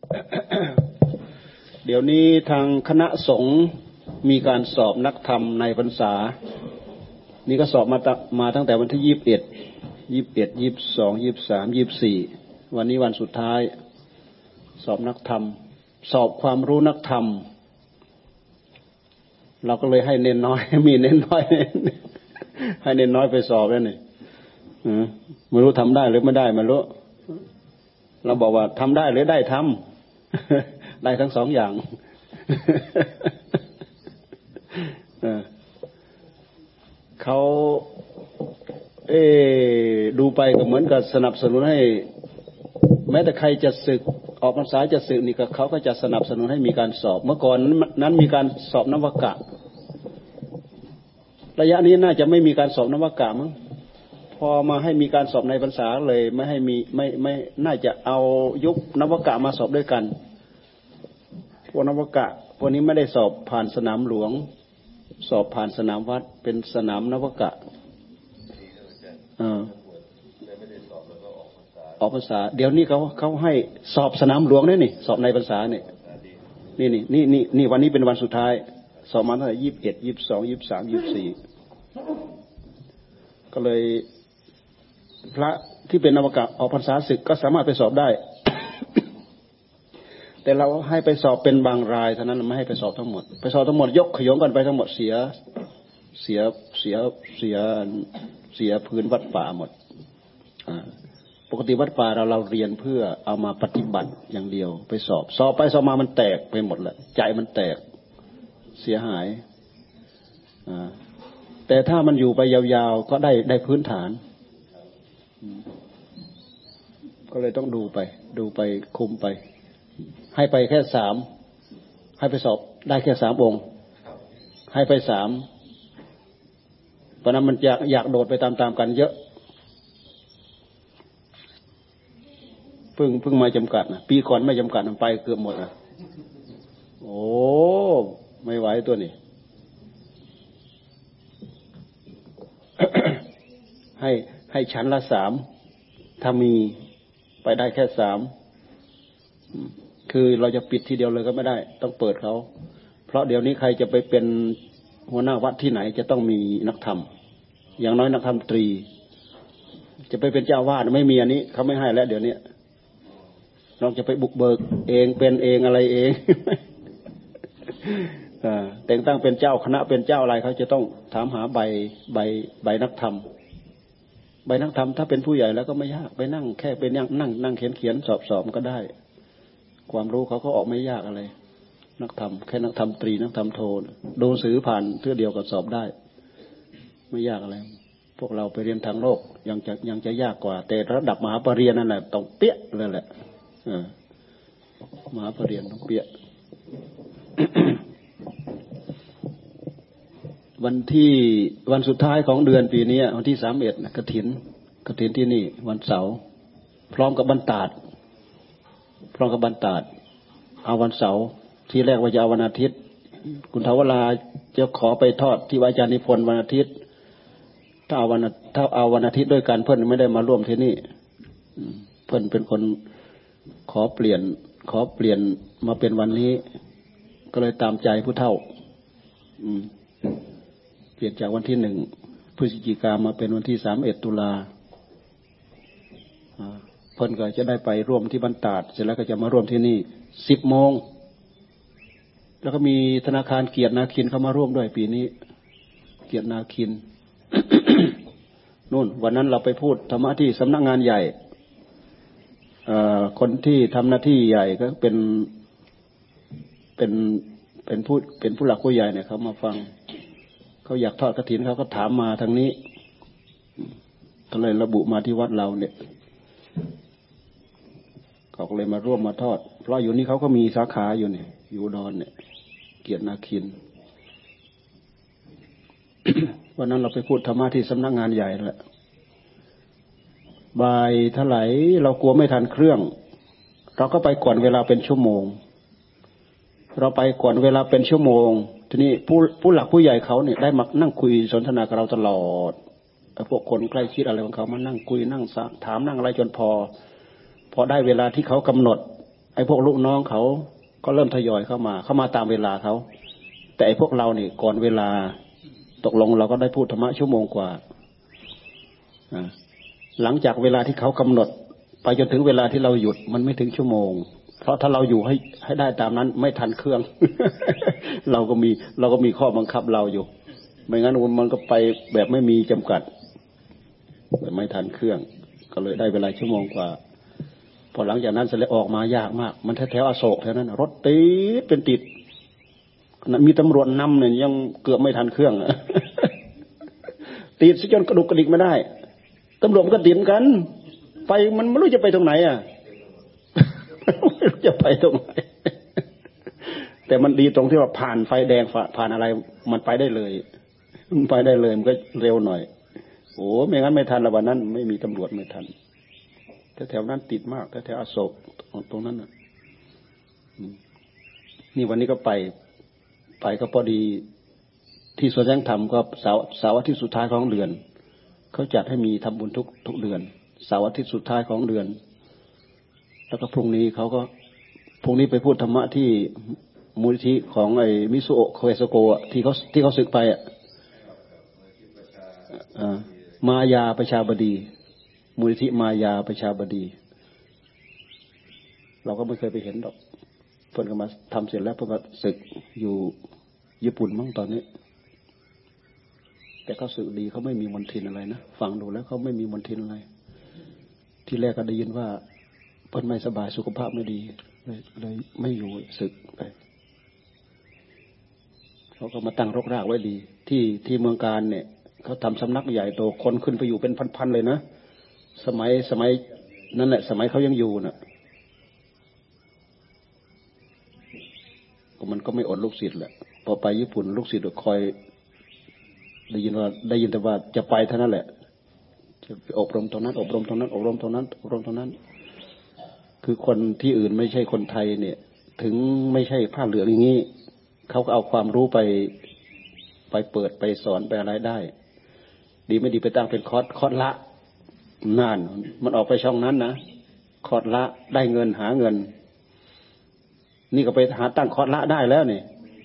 เดี๋ยวนี้ทางคณะสงฆ์มีการสอบนักธรรมในพรรษานี่ก็สอบมาตั้งแต่วันที่21 22 23 24วันนี้วันสุดท้ายสอบนักธรรมสอบความรู้นักธรรมเราก็เลยให้เน้นน้อยมีเน้นน้อยให้เน้นน้อยไปสอบแล้วนี่ไม่รู้ทำได้หรือไม่ได้ไม่รู้เราบอกว่าทำได้หรือได้ทำได้ทั้งสองอย่างเขาดูไปก็เหมือนกับสนับสนุนให้แม้แต่ใครจะศึกออกพรรษาจะศึกนี่ก็เขาก็จะสนับสนุนให้มีการสอบเมื่อก่อนนั้นมีการสอบนวกะระยะนี้น่าจะไม่มีการสอบนวกะมั้งพอมาให้มีการสอบในพรรษาเลยไม่ให้มีไม่น่าจะเอายุคนวกะมาสอบด้วยกันพวกนวกะพวกนี้ไม่ได้สอบผ่านสนามหลวงสอบผ่านสนามวัดเป็นสนามนวกะออกพรรษาเดี๋ยวนี้เขาให้สอบสนามหลวงได้นี่สอบในพรรษาเนี่ยนี่วันนี้เป็นวันสุดท้ายสอบมาตั้งแต่21 22 23 24ก็เลยพระที่เป็นนวกะออกพรรษาศึกก็สามารถไปสอบได้ แต่เราให้ไปสอบเป็นบางรายเท่านั้นไม่ให้ไปสอบทั้งหมดไปสอบทั้งหมดยกขยงกันไปทั้งหมดเสียพื้นวัดป่าหมดปกติวัดป่าเราเรียนเพื่อเอามาปฏิบัติอย่างเดียวไปสอบไปสอบมามันแตกไปหมดแหละใจมันแตกเสียหายแต่ถ้ามันอยู่ไปยาวๆก็ได้พื้นฐานก็เลยต้องดูไปคุมไปให้ไปแค่3ให้ไปสอบได้แค่3องค์ให้ไป3เพราะนั้นมันอยากโดดไปตามๆกันเยอะเพิ่งมาจำกัดนะปีก่อนไม่จำกัดมันไปเกือบหมดนะโอ้ไม่ไหวตัวนี้ ให้ชั้นละ3ถ้ามีไปได้แค่3คือเราจะปิดทีเดียวเลยก็ไม่ได้ต้องเปิดเขาเพราะเดี๋ยวนี้ใครจะไปเป็นหัวหน้าวัดที่ไหนจะต้องมีนักธรรมอย่างน้อยนักธรรมตรีจะไปเป็นเจ้าวาดไม่มีอันนี้เขาไม่ให้แล้วเดี๋ยวนี้เราจะไปบุกเบิกเองเป็นเองอะไรเอง แต่งตั้งเป็นเจ้าคณะเป็นเจ้าอะไรเขาจะต้องถามหาใบนักธรรมใบนักธรรมถ้าเป็นผู้ใหญ่แล้วก็ไม่ยากไปนั่งแค่เป็นนั่งเขียนสอบก็ได้ความรู้เขาก็ออกไม่ยากอะไรนักธรรมแค่นักธรรมตรีนักธรรมโทดูหนังสือผ่านเทื่อเดียวก็สอบได้ไม่ยากอะไรพวกเราไปเรียนทางโลกยังจะยากกว่าแต่ระดับมหาปรริญญานั่นแหละต้องเปี้ยเลยแหละมหาปรริญญาต้องเปี้ย วันสุดท้ายของเดือนปีนี้วันที่31กฐินที่นี่วันเสาร์พร้อมกับบรรดาดเอาวันเสาร์ที่แรกว่าจะเอาวันอาทิตย์คุณทวราจะขอไปทอดที่อาจารย์นิพนธ์วันอาทิตย์ถ้าเอาวันอาทิตย์ด้วยกันเพิ่นไม่ได้มาร่วมที่นี่เพิ่นเป็นคนขอเปลี่ยนมาเป็นวันนี้ก็เลยตามใจผู้เฒ่าเปลี่ยนจากวันที่1 พฤศจิกายนมาเป็นวันที่31 ตุลาเพิ่นก็จะได้ไปร่วมที่บ้านตาดเสร็จแล้วก็จะมาร่วมที่นี่10 โมงแล้วก็มีธนาคารเกียรตินาคินเข้ามาร่วมด้วยปีนี้เกียรตินาคิน นู่นวันนั้นเราไปพูดธรรมะที่สำนักงานใหญ่คนที่ทำหน้าที่ใหญ่ก็เป็นผู้หลักผู้ใหญ่เนี่ยเขามาฟังเขาอยากทอดกฐินเขาก็ถามมาทางนี้ก็เลยระบุมาที่วัดเราเนี่ยเขาก็เลยมาร่วมมาทอดเพราะอยู่นี่เขาก็มีสาขาอยู่เนี่ยอยู่อุดรเนี่ยเกียรตินาคิน วันนั้นเราไปพูดธรรมะที่สำนักงานใหญ่แหละบ่ายเท่าไหร่เรากลัวไม่ทันเครื่องเราก็ไปก่อนเวลาเป็นชั่วโมงเราไปก่อนเวลาเป็นชั่วโมงทีนี้ผู้หลักผู้ใหญ่เขาเนี่ยได้มานั่งคุยสนทนากับเราตลอดพวกคนใกล้ชิดอะไรของเขามานั่งคุยนั่งถามนั่งอะไรจนพอได้เวลาที่เขากำหนดไอ้พวกลูกน้องเขาก็เริ่มทยอยเข้ามาตามเวลาเขาแต่ไอ้พวกเราเนี่ยก่อนเวลาตกลงเราก็ได้พูดธรรมะชั่วโมงกว่าหลังจากเวลาที่เขากำหนดไปจนถึงเวลาที่เราหยุดมันไม่ถึงชั่วโมงเพราะถ้าเราอยู่ให้ได้ตามนั้นไม่ทันเครื่อง เราก็มีข้อบังคับเราอยู่ไม่งั้นมันก็ไปแบบไม่มีจำกัดไม่ทันเครื่องก็เลยได้เวลาชั่วโมงกว่าพอหลังจากนั้นเสร็จแล้วออกมายากมากมันแถวอโศกแถวนั้นรถติดเป็นติดมีตำรวจนำเนี่ยยังเกือบไม่ทันเครื่อง ติดซะจนกระดุกกระดิกไม่ได้ตำรวจมันก็ติดกันไปมันไม่รู้จะไปตรงไหนอ่ะ ไม่รู้จะไปตรงไหน แต่มันดีตรงที่ว่าผ่านไฟแดงผ่านอะไรมันไปได้เลยมันไปได้เลยมันก็เร็วหน่อยโอ้ไม่งั้นไม่ทันละวันนั้นไม่มีตำรวจไม่ทันแถวนั้นติดมากแถวอโศกตรงนั้นน่ะนี่วันนี้ก็ไปก็พอดีที่สวนแสงธรรมก็เสาร์อาทิตย์สุดท้ายของเดือนเขาจัดให้มีทำบุญทุกเดือนเสาร์อาทิตย์สุดท้ายของเดือนแล้วก็พรุ่งนี้ไปพูดธรรมะที่มูลนิธิของไอ้มิซุโอะโคเอโซโกะที่เขาศึกไปมายาประชาบดีมูลนิธิมายาประชาบดีเราก็ไม่เคยไปเห็นหรอกเพิ่นก็มาทำเสร็จแล้วเพิ่นก็ศึกอยู่ญี่ปุ่นมั้งตอนนี้แต่เขาศึกดีเขาไม่มีมลทินอะไรนะฟังดูแล้วเขาไม่มีมลทินอะไรที่แรกก็ได้ยินว่าเพิ่นไม่สบายสุขภาพไม่ดีเลยไม่อยู่ศึกไปเขาก็มาตั้งรกรากไว้ดีที่เมืองการเนี่ยเขาทำสำนักใหญ่โตคนขึ้นไปอยู่เป็นพันๆเลยนะสมัยนั่นแหละสมัยเขายังอยู่น่ะมันก็ไม่อดลูกศิษย์แหละพอไปญี่ปุ่นลูกศิษย์ก็คอยได้ยินแต่ว่าจะไปเท่านั้นแหละจะไปอบรมตรงนั้นอบรมตรงนั้นอบรมตรงนั้นอบรมตรงนั้นคือคนที่อื่นไม่ใช่คนไทยเนี่ยถึงไม่ใช่ผ้าเหลืองอย่างนี้เขาก็เอาความรู้ไปเปิดไปสอนไปอะไรได้ดีไม่ดีไปตั้งเป็นคอร์สละนั่นมันออกไปช่องนั้นนะคอร์สละได้เงินหาเงินนี่ก็ไปหาตั้งคอร์สละได้แล้วนี่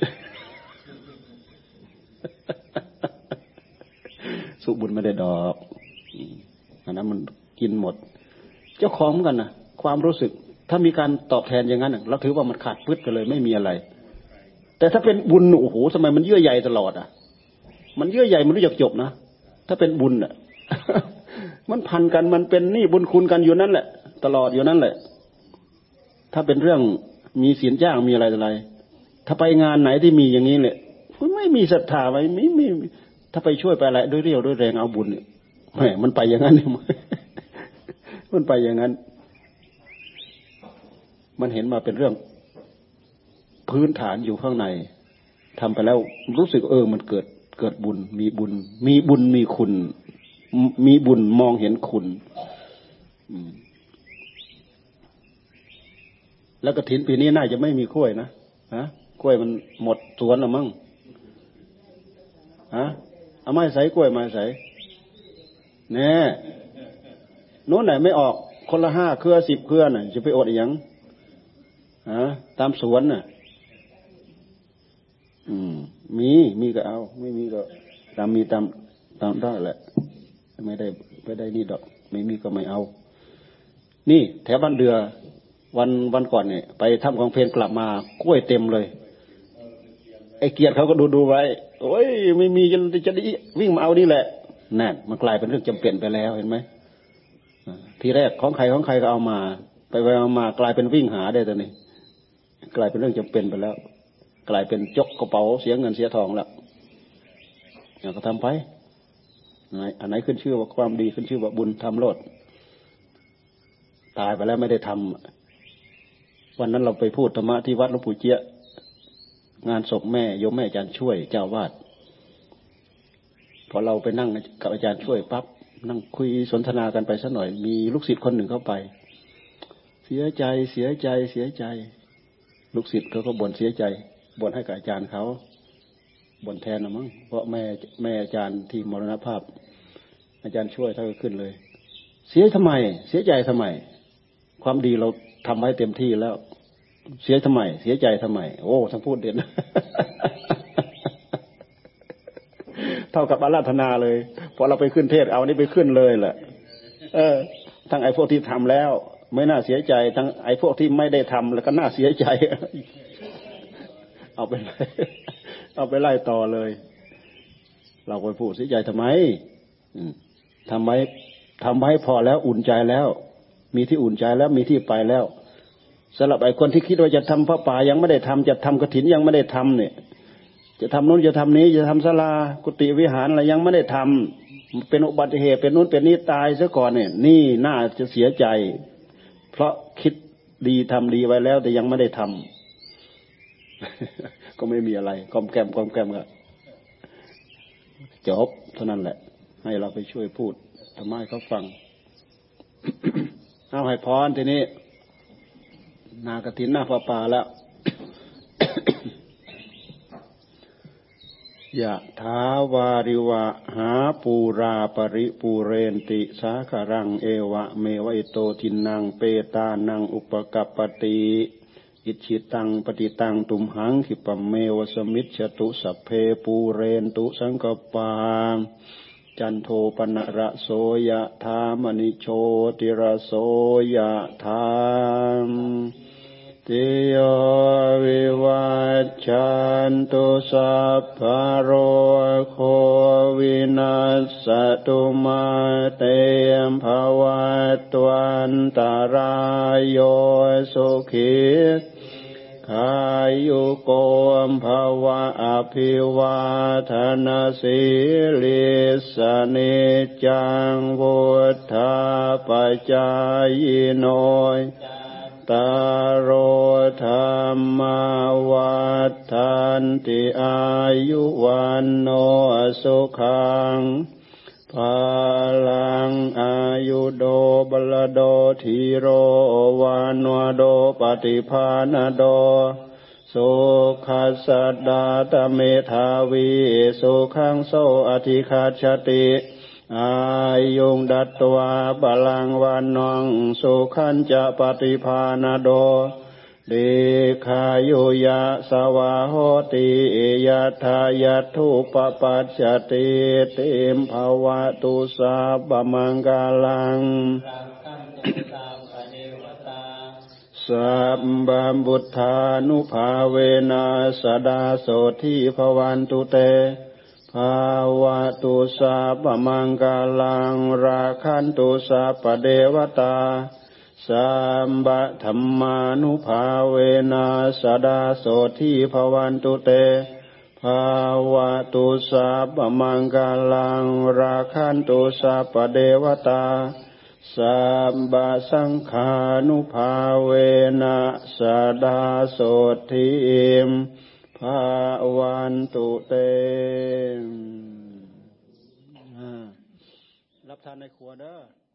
สุบุญไม่ได้ดอกอันนั้นมันกินหมดเจ้าของเหมือนกันนะความรู้สึกถ้ามีการตอบแทนอย่างนั้นเราถือว่ามันขาดพึดไปเลยไม่มีอะไรแต่ถ้าเป็นบุญโอ้โหทำไมมันเยื่อใยตลอดอ่ะมันเยื่อใยมันรู้จักจบนะถ้าเป็นบุญอ่ะ มันพันกันมันเป็นนี่บุญคุณกันอยู่นั่นแหละตลอดอยู่นั่นแหละถ้าเป็นเรื่องมีศีลจ้างมีอะไรถ้าไปงานไหนที่มีอย่างนี้เนี่ยไม่มีศรัทธาไว้ไม่ถ้าไปช่วยไปอะไรด้วยเรี่ยวด้วยแรงเอาบุญเนี่ยแหมมันไปอย่างนั้นเนี่ย มันไปอย่างนั้นมันเห็นมาเป็นเรื่องพื้นฐานอยู่ข้างในทำไปแล้วรู้สึกมันเกิดบุญมีบุญมีคุณมีบุญมองเห็นคุณแล้วกฐินปีนี้น่าจะไม่มีกล้วยนะกล้วยมันหมดสวนแล้วมั้งเอาไม้ใส่กล้วยมาใส่แน่โน้นไหนไม่ออกคนละ5 เครือ 10 เครือน่ะจะไปอดอีหยังตามสวนน่ะมีก็เอาไม่มีก็ตามมีตามได้แหละไม่ได้นี่ดอกไม่มีก็ไม่เอานี่แถวบ้านเดือวันก่อนเนี่ยไปทำของเพลงกลับมากล้วยเต็มเลยไอ้เกียรติเขาก็ดูไว้โอ้ยไม่มีจะได้วิ่งมาเอานี่แหละนั่นมันกลายเป็นเรื่องจำเป็นไปแล้วเห็นไหมทีแรกของใครก็เอามาไปมากลายเป็นวิ่งหาได้ตอนนี้กลายเป็นเรื่องจำเป็นไปแล้วกลายเป็นจกกระเป๋าเสียเงินเสียทองแล้วก็ทำไปอันไหนขึ้นชื่อว่าความดีขึ้นชื่อว่าบุญทำโลดตายไปแล้วไม่ได้ทำวันนั้นเราไปพูดธรรมะที่วัดหลวงปู่เจี๊ยงานศพแม่โยมแม่อาจารย์ช่วยเจ้าวาดพอเราไปนั่งกับอาจารย์ช่วยปั๊บนั่งคุยสนทนากันไปสักหน่อยมีลูกศิษย์คนหนึ่งเข้าไปเสียใจลูกศิษย์เขาก็บ่นเสียใจบ่นให้กับอาจารย์เขาบ่นแทนนะมั้งเพราะแม่อาจารย์ที่มรณภาพอาจารย์ช่วยท่านก็ขึ้นเลยเสียใจทำไมความดีเราทำไว้เต็มที่แล้วเสียทำไมเสียใจทำไมโอ้ท่านพูดเด่น เท่ากับอาราธนาเลยพอเราไปขึ้นเทศเอานี่ไปขึ้นเลยแหละทั้งไอ้พวกที่ทำแล้วไม่น่าเสียใจทั้งไอ้พวกที่ไม่ได้ทำแล้วก็น่าเสียใจ เอาไปไล่ต่อเลยเราไปพูดเสียใจทำไมทำไว้พอแล้วอุ่นใจแล้วมีที่อุ่นใจแล้วมีที่ไปแล้วสำหรับไอ้คนที่คิดว่าจะทำพระป่ายังไม่ได้ทำจะทำกฐินยังไม่ได้ทำเนี่ยจะทำนู้นจะทำนี้จะทำศาลากุฏิวิหารอะไรยังไม่ได้ทำเป็นอุบัติเหตุเป็นนู้นเป็นนี้ตายซะก่อนเนี่ยนี่น่าจะเสียใจเพราะคิดดีทำดีไว้แล้วแต่ยังไม่ได้ทำ ก็ไม่มีอะไรกอมแกมก็จบเท่านั้นแหละให้เราไปช่วยพูดทำไมเขาฟัง เอาให้พรทีนี้นากฐินหน้าป่าแล้ว ยะถาวาริวะหาปูราปริปูเรนติสาคารังเอวะเมวะอิโตทินังเปตานังอุปกัปปติอิชิตังปฏิตังตุมหังขิปะเมวะสมิจฉตุสัพเพปูเรนตุสังกปาจันโทปนะระโสยะธามณิโชติระโสยะธามติโยวิวัชชันตุสัพพะโรโควินัสสตุมาเตมภวัตวันตรายโยสุขีขายุโกมภวะอภิวาทนาสิลิสเนจังวุฒาปัจจายโนตารโรธรรมวัฏฐันติอายุวันโนสุขังภาลังอายุโดบลโดธีโรวานวโดปฏิภาณโดสุขัสสดาตเมธาวีสุขังโสอธิคาชติอายุงดัตตวาบาลังวันนองสุขันจะปฏิภาณโดเดขายุยะสวาโหติยัตถายัตถุปปัจจติเตมภวะตุสัพพมังคลังสัพพบุทธานุภาเวนะสดาโสทิภวันตุเตภาวะตุสัพพมังคลังราคันตุสัพพเดวตาสัมปะธัมมานุภาเวนะสดาโสทิภวันตุเตภาวะตุสัพพมังคลังราคันตุสัพพเดวตาสัมปะสังฆานุภาเวนะสดาโสทิภาวันตุเตรับทานในครัวเด้อ